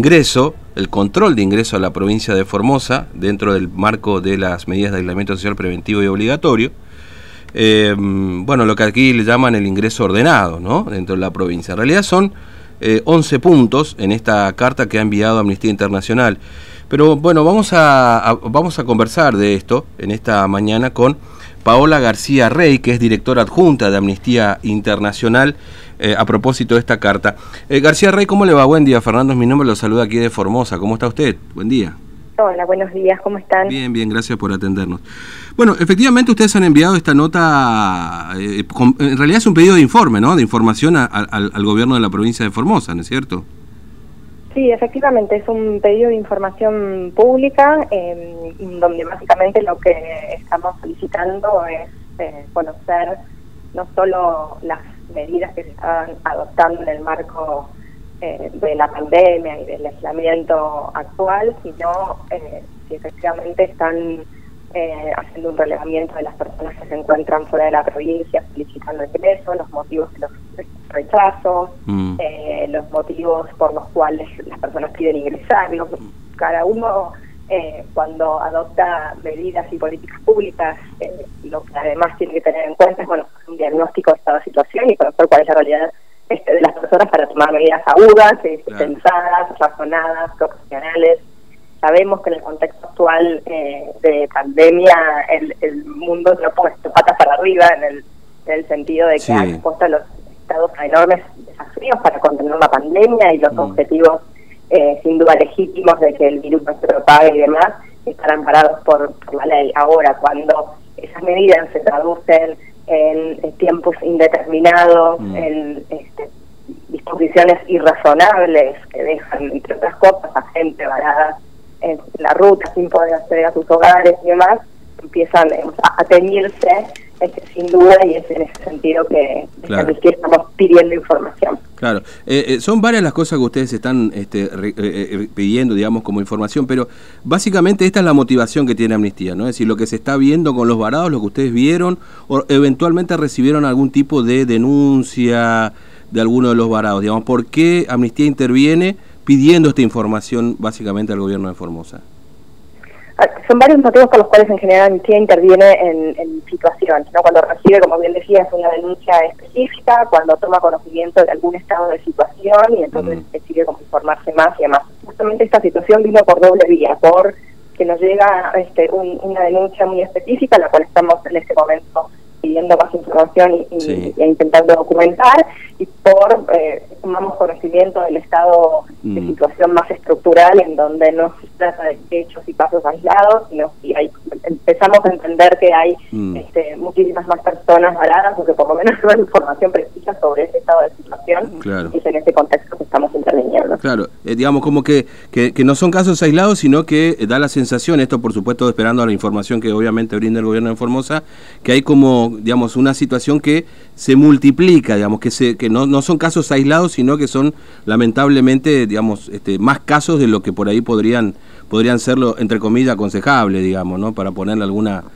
ingreso, el control de ingreso a la provincia de Formosa, dentro del marco de las medidas de aislamiento social preventivo y obligatorio. Bueno, lo que aquí le llaman el ingreso ordenado, ¿no?, dentro de la provincia. En realidad son 11 puntos en esta carta que ha enviado Amnistía Internacional. Pero bueno, vamos a conversar de esto en esta mañana con Paola García Rey, que es directora adjunta de Amnistía Internacional, a propósito de esta carta. García Rey, ¿cómo le va? Buen día, Fernando es mi nombre, lo saluda aquí de Formosa. ¿Cómo está usted? Buen día. Hola, buenos días, ¿cómo están? Bien, bien, gracias por atendernos. Bueno, efectivamente ustedes han enviado esta nota, en realidad es un pedido de informe, ¿no?, de información al gobierno de la provincia de Formosa, ¿no es cierto? Sí, efectivamente, es un pedido de información pública, donde básicamente lo que estamos solicitando es conocer no solo las medidas que se están adoptando en el marco de la pandemia y del aislamiento actual, sino si efectivamente están haciendo un relevamiento de las personas que se encuentran fuera de la provincia solicitando ingreso, los motivos de los rechazos, los motivos por los cuales las personas piden ingresar. Cada uno cuando adopta medidas y políticas públicas, lo que además tiene que tener en cuenta es un diagnóstico de esta situación y conocer cuál es la realidad de las personas para tomar medidas agudas, pensadas, razonadas, profesionales. Sabemos que en el contexto actual de pandemia el mundo se ha puesto patas para arriba en el sentido de que ha expuesto a los estados a enormes desafíos para contener la pandemia y los objetivos sin duda legítimos de que el virus no se propague y demás están amparados por la ley. Ahora, cuando esas medidas se traducen en tiempos indeterminados, en disposiciones irrazonables que dejan, entre otras cosas, a gente varada en la ruta sin poder acceder a sus hogares y demás, empiezan a teñirse, sin duda, y es en ese sentido que estamos pidiendo información. Claro, son varias las cosas que ustedes están pidiendo, digamos, como información, pero básicamente esta es la motivación que tiene Amnistía, ¿no? Es decir, lo que se está viendo con los varados, lo que ustedes vieron, o eventualmente recibieron algún tipo de denuncia de alguno de los varados, digamos, ¿por qué Amnistía interviene pidiendo esta información básicamente al gobierno de Formosa? Son varios motivos por los cuales en general Amnistía interviene en situaciones, ¿no? Cuando recibe, como bien decías, una denuncia específica, cuando toma conocimiento de algún estado de situación y entonces decide como informarse más y demás. Justamente esta situación vino por doble vía, por que nos llega una denuncia muy específica, la cual estamos en este momento pidiendo más información e intentando documentar, y por tomamos conocimiento del estado de situación más estructural, en donde no se trata de hechos y casos aislados, sino que empezamos a entender que hay muchísimas más personas varadas, o que por lo menos no hay información precisa sobre ese estado de situación, y es en ese contexto que estamos interviniendo. Claro, digamos como que no son casos aislados, sino que da la sensación, esto por supuesto esperando a la información que obviamente brinda el gobierno de Formosa, que hay como, digamos, una situación que se multiplica, digamos, que no son casos aislados, sino que son lamentablemente, digamos, más casos de lo que por ahí podrían serlo, entre comillas, aconsejable, digamos, ¿no?, para ponerle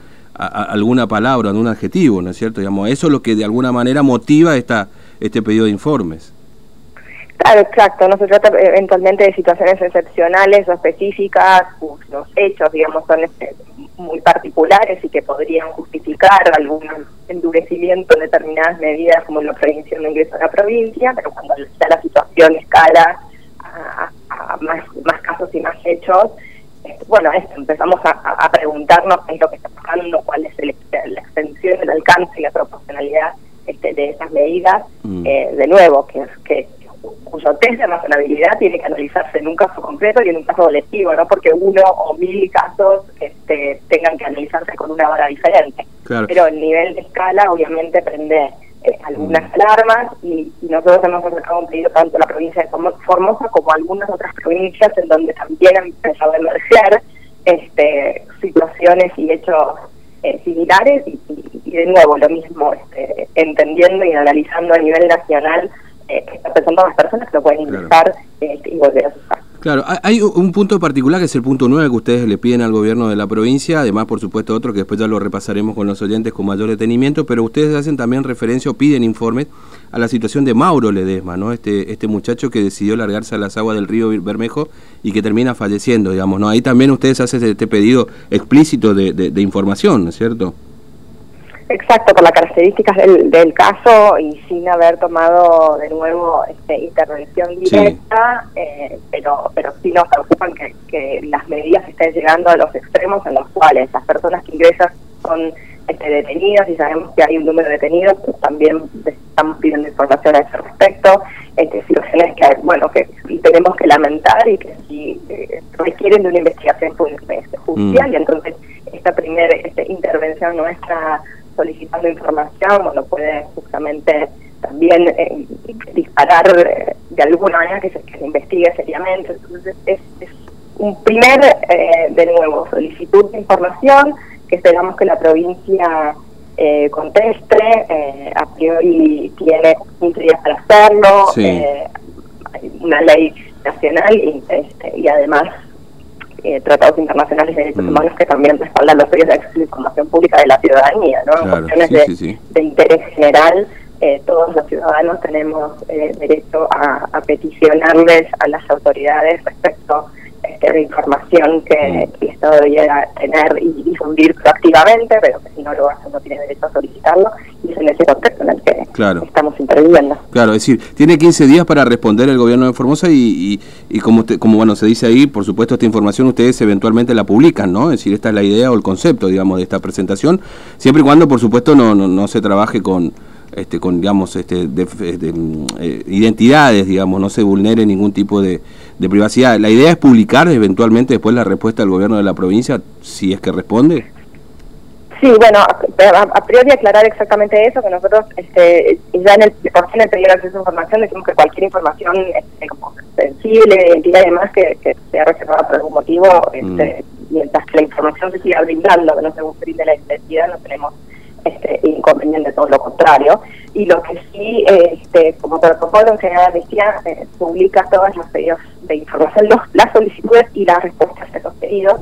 alguna palabra, algún adjetivo, ¿no es cierto? Digamos, eso es lo que de alguna manera motiva este pedido de informes. Claro, exacto, no se trata eventualmente de situaciones excepcionales o específicas, los hechos, digamos, son muy particulares y que podrían justificar algún endurecimiento en determinadas medidas, como la prohibición de ingreso a la provincia, pero cuando ya la situación escala a más casos y más hechos, empezamos a preguntarnos qué es lo que está pasando, cuál es la extensión, el alcance y la proporcionalidad de esas medidas, de nuevo, cuyo test de razonabilidad tiene que analizarse en un caso concreto y en un caso colectivo, no porque 1 o 1000 casos tengan que analizarse con una vara diferente. Claro. Pero el nivel de escala obviamente prende algunas alarmas, y nosotros hemos sacado un pedido tanto a la provincia de Formosa como a algunas otras provincias en donde también han empezado a emerger situaciones y hechos similares, y de nuevo lo mismo, entendiendo y analizando a nivel nacional que está pensando a las personas que lo pueden ingresar y volver a sus casas. Claro, hay un punto particular que es el punto 9 que ustedes le piden al gobierno de la provincia, además por supuesto otro que después ya lo repasaremos con los oyentes con mayor detenimiento, pero ustedes hacen también referencia o piden informes a la situación de Mauro Ledesma, ¿no? Este muchacho que decidió largarse a las aguas del río Bermejo y que termina falleciendo, digamos, ¿no? Ahí también ustedes hacen este pedido explícito de información, ¿no es cierto? Exacto, por las características del caso y sin haber tomado de nuevo intervención directa, sí. Pero sí nos preocupan que las medidas estén llegando a los extremos en los cuales las personas que ingresan son detenidas, y sabemos que hay un número de detenidos, pues también estamos pidiendo información a ese respecto, situaciones que, bueno, que tenemos que lamentar y que sí requieren de una investigación judicial, y entonces esta primera intervención nuestra solicitando información, bueno, puede justamente también disparar de alguna manera que se investigue seriamente. Entonces es un primer, de nuevo, solicitud de información que esperamos que la provincia conteste. A priori tiene 15 días para hacerlo, sí. Hay una ley nacional y además tratados internacionales de derechos humanos que también respaldan los medios de acceso a la información pública de la ciudadanía, ¿no? Claro, en cuestiones de interés general, todos los ciudadanos tenemos derecho a peticionarles a las autoridades respecto de información que el Estado debería tener y difundir proactivamente, pero que si no lo hace no tiene derecho a solicitarlo, y es en ese contexto en el que estamos interviniendo. Claro, es decir, tiene 15 días para responder el gobierno de Formosa y como bueno se dice ahí, por supuesto esta información ustedes eventualmente la publican, ¿no? Es decir, esta es la idea o el concepto, digamos, de esta presentación, siempre y cuando, por supuesto, no se trabaje con digamos, identidades, digamos, no se vulnere ningún tipo de privacidad. La idea es publicar eventualmente después la respuesta del gobierno de la provincia, si es que responde. Sí, bueno, a priori aclarar exactamente eso, que nosotros ya en el pedido de acceso a información decimos que cualquier información como sensible, de identidad y demás que sea reservada por algún motivo, mientras que la información se siga brindando, que no se brinde la identidad, no tenemos inconveniente, todo lo contrario. Y lo que sí, como protocolo en general decía, publica todos los pedidos de información, las solicitudes y las respuestas a esos pedidos,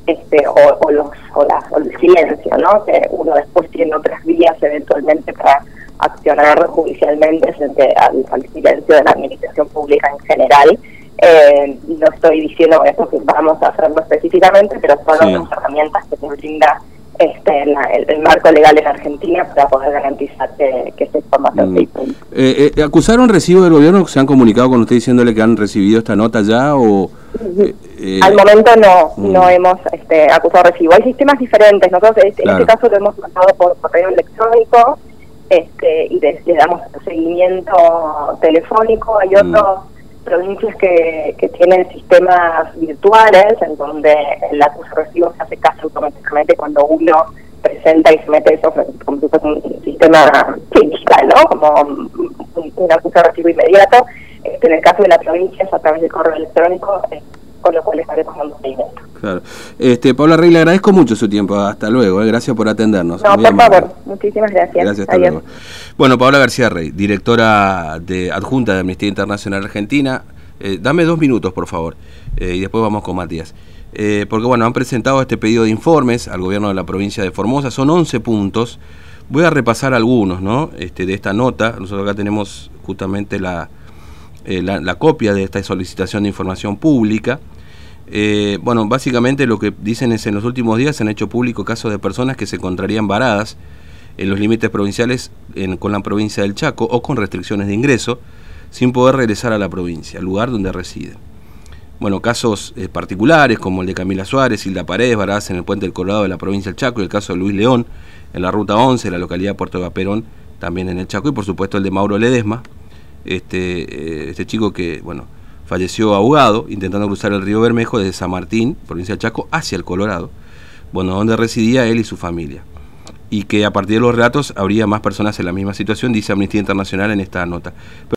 o el silencio, ¿no? Que uno después tiene otras vías eventualmente para accionar judicialmente frente al silencio de la administración pública en general. No estoy diciendo esto que vamos a hacerlo específicamente, pero son las herramientas que nos brinda el marco legal en Argentina para poder garantizar que esta información se difunde. ¿Acusaron recibo del gobierno? ¿Se han comunicado con usted diciéndole que han recibido esta nota ya? O al momento no hemos acusado recibo. Hay sistemas diferentes. Nosotros en este caso lo hemos mandado por correo electrónico y le damos seguimiento telefónico. Hay otros provincias que tienen sistemas virtuales en donde el acuso recibo se hace casi automáticamente cuando uno presenta y se mete eso como si fuese un sistema digital, ¿no? Como un acuso recibo inmediato. En el caso de la provincia es a través del correo electrónico, con lo cual estaremos dando seguimiento. Claro. Paula Rey, le agradezco mucho su tiempo. Hasta luego. Gracias por atendernos. No, por favor. Muchísimas gracias. Gracias, hasta luego. Bueno, Paula García Rey, directora adjunta de Amnistía Internacional Argentina. Dame 2 minutos, por favor, y después vamos con Matías. Porque, bueno, han presentado este pedido de informes al gobierno de la provincia de Formosa. Son 11 puntos. Voy a repasar algunos, ¿no? De esta nota. Nosotros acá tenemos justamente la copia de esta solicitación de información pública. Bueno, básicamente lo que dicen es: en los últimos días se han hecho públicos casos de personas que se encontrarían varadas en los límites provinciales con la provincia del Chaco o con restricciones de ingreso sin poder regresar a la provincia, al lugar donde residen. Bueno, casos particulares como el de Camila Suárez, Hilda Paredes, varadas en el Puente del Colorado de la provincia del Chaco, y el caso de Luis León en la Ruta 11, en la localidad de Puerto Vaperón, también en el Chaco, y por supuesto el de Mauro Ledesma, este chico que, bueno, falleció ahogado intentando cruzar el río Bermejo desde San Martín, provincia del Chaco, hacia el Colorado, bueno, donde residía él y su familia. Y que a partir de los relatos habría más personas en la misma situación, dice Amnistía Internacional en esta nota.